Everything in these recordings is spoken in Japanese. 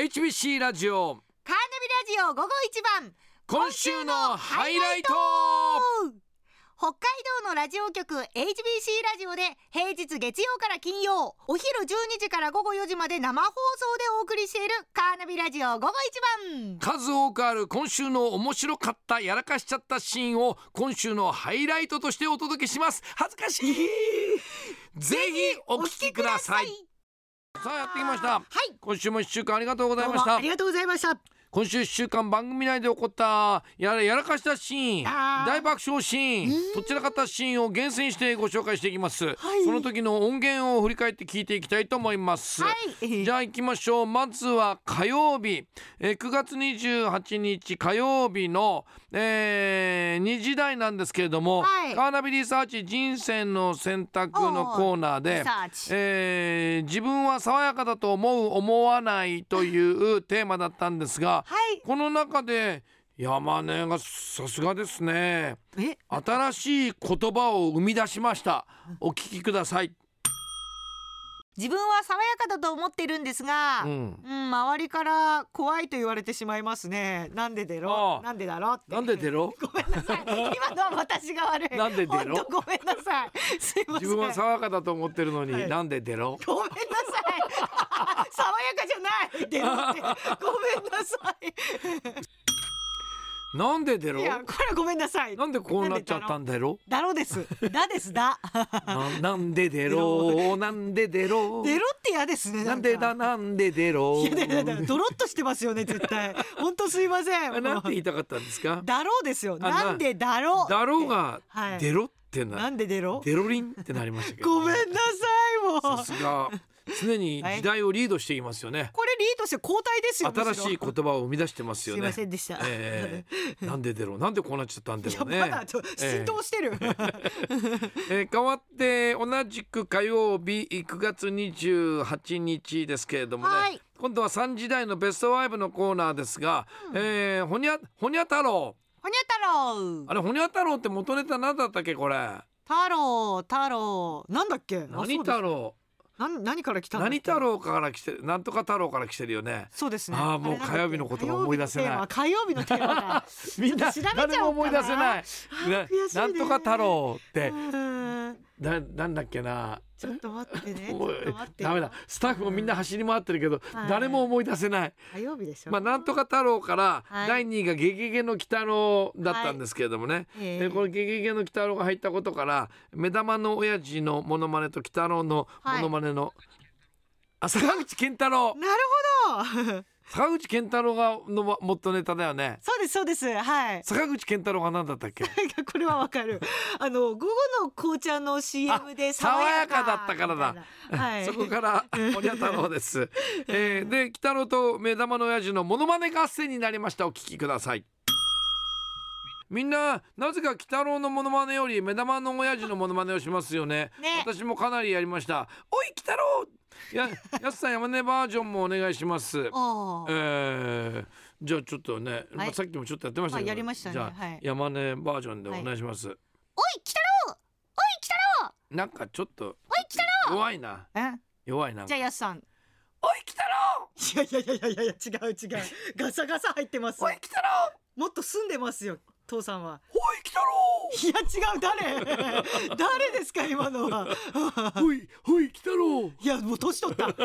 HBC ラジオカーナビラジオ午後一番今週のハイライト。 北海道のラジオ局 HBC ラジオで平日月曜から金曜お昼12時から午後4時まで生放送でお送りしているカーナビラジオ午後一番。 数多くある今週の面白かったやらかしちゃったシーンを今週のハイライトとしてお届けします。恥ずかしいぜひお聞きください。さあやってきました、今週も1週間ありがとうございました。 ありがとうございました。 今週1週間番組内で起こったやらかしたシーン、大爆笑シーン、とちらかったシーンを厳選してご紹介していきます、その時の音源を振り返って聞いていきたいと思います、じゃあ行きましょう。まずは火曜日、9月28日火曜日の、2時台なんですけれども、カーナビリサーチ人生の選択のコーナーで、自分は爽やかだと思う思わないというテーマだったんですが、この中で山根がさすがですね、新しい言葉を生み出しました。お聞きください。 自分は爽やかだと思っているんですが、周りから怖いと言われてしまいますね。なんでだろう、なんでだろうって。 なんでだろうごめんなさい、今のは私が悪い。 なんでだろう、 本当ごめんなさい、すいません。 自分は爽やかだと思ってるのに、なんでだろう。 ごめんなさい爽やかじゃないでろってごめんなさいなんでだろう。 いやこれはごめんなさい。 なんでこうなっちゃったんだろう。 だろですだですだなんでだろうなんでだろう。 でろって嫌ですね。 なんでだなんでだろう。 いやドロッとしてますよね絶対。本当すいません。 なんて言いたかったんですか。 だろうですよ。なんでだろう。 だろうがでろってなんででろ。 デロリンってなりましたけど、 ごめんなさいもう。 さすが常に時代をリードしていますよね。 これリードして交代ですよ。 新しい言葉を生み出してますよね。 すいませんでした、 なんでだろう。なんでこうなっちゃったんだろうね。 いやまだ浸透してる、 変わって同じく火曜日9月28日ですけれどもね、今度は3時台のベスト5のコーナーですが、ほにゃ太郎。 ほにゃ太郎。 あれほにゃ太郎って元ネタ何だったっけこれ。 太郎なんだっけ。 何太郎。 何から来たんだっけ。 何太郎から来てる、なんとか太郎から来てるよね。 そうですね。 もう火曜日のことが思い出せない。 火曜日のテーマかみんな誰も思い出せない。なんとか太郎ってなんだっけな。 ちょっと待ってね。 ダメだ。スタッフもみんな走り回ってるけど、誰も思い出せない。 火曜日でしょ。 なんとか太郎から第2位がゲゲゲの鬼太郎だったんですけれどもね、このゲゲゲの鬼太郎が入ったことから目玉の親父のモノマネと鬼太郎のモノマネの、坂口健太郎。 なるほど坂口健太郎がの元ネタだよね。 そうですはい。 坂口健太郎が何だったっけ。これはわかる。午後の紅茶の CM で爽やかだったからだ、そこからほにゃ太郎です、で鬼太郎と目玉の親父のモノマネ合戦になりました。お聞きください。みんななぜか鬼太郎のモノマネより目玉の親父のモノマネをしますよね。私もかなりやりました。おい鬼太郎。やすさん山根バージョンもお願いします。じゃあちょっとね、さっきもちょっとやってましたけど、 やりましたね。 じゃあ山根バージョンでお願いします。おい鬼太郎。 なんかちょっとおい鬼太郎弱いな。弱いな。 じゃあやすさん。おい鬼太郎。 いや違うガサガサ入ってます。 おい鬼太郎。 もっと住んでますよ父さんは。 おい鬼太郎。 いや違う誰ですか今のは。 おい鬼太郎。 いやもう年取った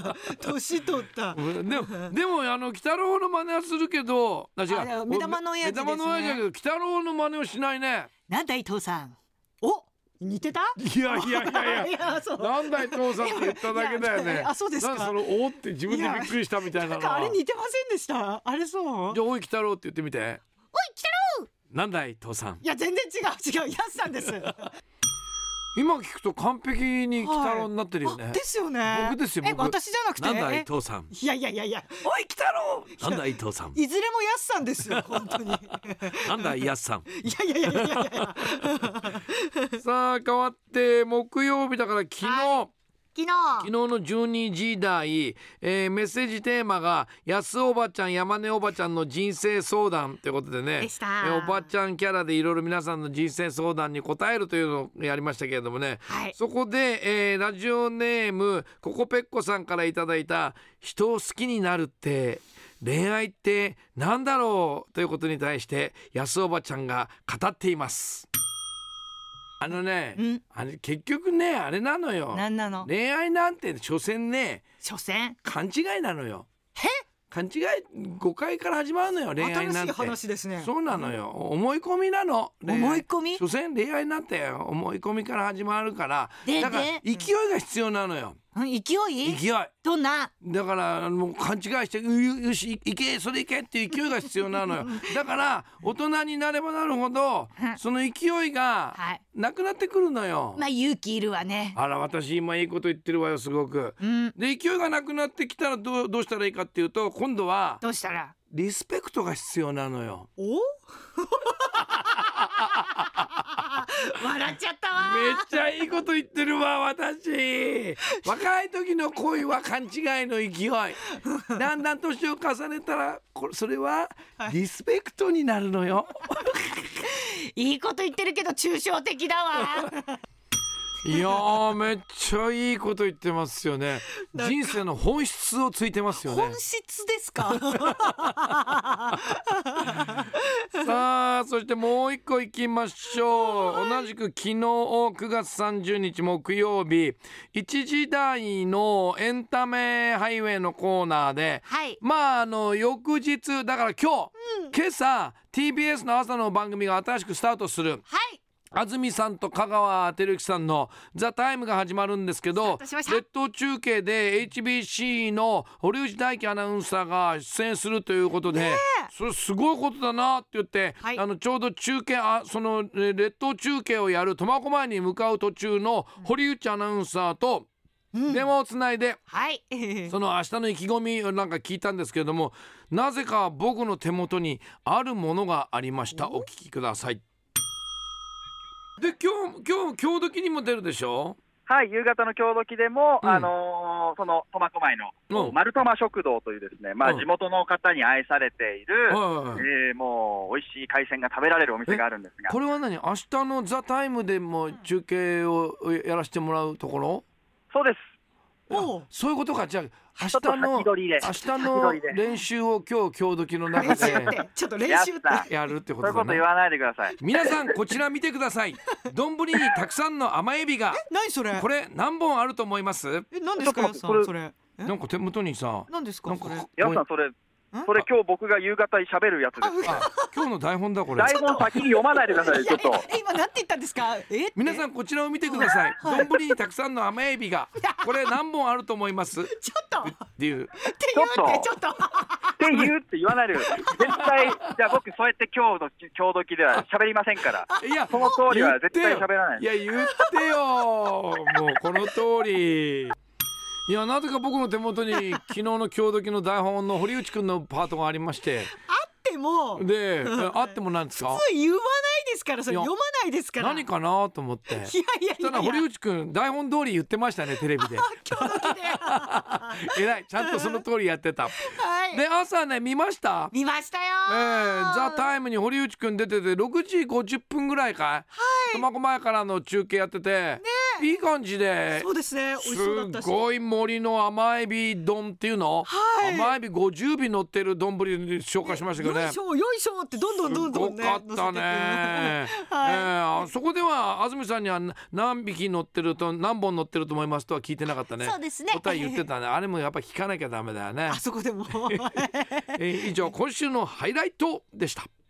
でも鬼太郎の真似はするけど、 目玉の親父ですね。 目玉の親父だけど鬼太郎の真似をしないね。 なんだい父さん。お似てた。 いやなんだい父さんって言っただけだよね。 そうですか。 そのおって自分でびっくりしたみたいなのは。 あれ似てませんでした。あれそう。 じゃあおい鬼太郎って言ってみて。おい鬼太郎。 なんだい父さん。 いや全然違うやすさんです。 今聞くと完璧に鬼太郎になってるよね。 ですよね。 僕ですよ。 私じゃなくて。 なんだい父さん。 いやおい鬼太郎。 なんだい父さん。 いずれもやすさんですよ本当に。 なんだいやすさん。 いやさあ変わって木曜日だから昨日、 昨日の12時台、メッセージテーマが安おばちゃん山根おばちゃんの人生相談ということでね、 でした。 おばちゃんキャラでいろいろ皆さんの人生相談に答えるというのをやりましたけれどもね、 はい、 そこで、ラジオネームココペッコさんからいただいた人を好きになるって恋愛ってなんだろうということに対して安おばちゃんが語っています。あれ結局ねあれなのよ。 何なの？ 恋愛なんて所詮ね勘違いなのよ。勘違い誤解から始まるのよ恋愛なんて。 新しい話ですね。 そうなのよ、思い込みなの。 思い込み？ 所詮恋愛なんて思い込みから始まるから、だから勢いが必要なのよ。 勢いどんな？ だからもう勘違いしてよし行けそれ行けっていう勢いが必要なのよ。だから大人になればなるほどその勢いがなくなってくるのよ。 まあ勇気いるわね。 あら私今いいこと言ってるわよすごく、で勢いがなくなってきたらどうしたらいいかっていうと、今度はどうしたらリスペクトが必要なのよ。 お笑っちゃったわ。 めっちゃいいこと言ってるわ私。若い時の恋は勘違いの勢いだんだん年を重ねたらそれはリスペクトになるのよ。 いいこと言ってるけど抽象的だわ。 いやーめっちゃいいこと言ってますよね。人生の本質をついてますよね。 本質ですか？ さあそしてもう一個いきましょう。同じく昨日9月30日木曜日1時台のエンタメハイウェイのコーナーで、 はい、 翌日だから今朝 TBS の朝の番組が新しくスタートする。 はい、 安住さんと香川照之さんのザ・タイムが始まるんですけど、列島中継で HBC の堀内大輝アナウンサーが出演するということで、それすごいことだなって言って、はい、ちょうど中継その列島中継をやる苫小牧に向かう途中の堀内アナウンサーと電話をつないで、その明日の意気込みをなんか聞いたんですけれども、なぜか僕の手元にあるものがありました。お聞きください。で今日時にも出るでしょ。 はい、夕方の今日時でも、その苫小牧の丸苫食堂というですね、地元の方に愛されている、もう美味しい海鮮が食べられるお店があるんですが、 これは何？明日のザ・タイムでも中継をやらせてもらうところ？ そうです。 そういうことか。じゃあ明日の練習を今日時の中でちょっと練習ってやるってことだね。 そういうこと言わないでください。 皆さんこちら見てください。丼にたくさんの甘エビが。 何それ？ これ何本あると思います？ 何ですかやさんそれ？ なんか手元にさ。 何ですかそれ？ やさんそれ今日僕が夕方に喋るやつです。 今日の台本だこれ。 台本先に読まないでください。ちょっと今何て言ったんですか？ 皆さんこちらを見てください。丼にたくさんの甘エビが。これ何本あると思います？ ちょっとっていうって言うって言わないでください。絶対じゃあ僕そうやって今日時では喋りませんから。いやその通りは絶対喋らない。 いや言ってよもうこの通り。いやなぜか僕の手元に昨日の今日時の台本の堀内くんのパートがありまして、 あってもあってもなんですか？ 普通言わないですから、それ読まないですから。 何かなと思って。ただ堀内くん台本通り言ってましたねテレビで。 今日時で偉い、ちゃんとその通りやってた。で朝ね見ました？ 見ましたよ。 ザ・タイムに堀内くん出てて6時50分ぐらいかい、苫小牧からの中継やってて、いい感じで。そうですね、美味しそうだったし、すごい盛りの甘エビ丼っていうの、甘エビ50尾乗ってる丼紹介しましたけどね。よいしょよいしょってどんどんね、すごかったね。そこでは安住さんには何匹乗ってると何本乗ってると思いますとは聞いてなかったね。 そうですね、 答え言ってたね。あれもやっぱ聞かなきゃダメだよね。 あそこでも以上今週のハイライトでした。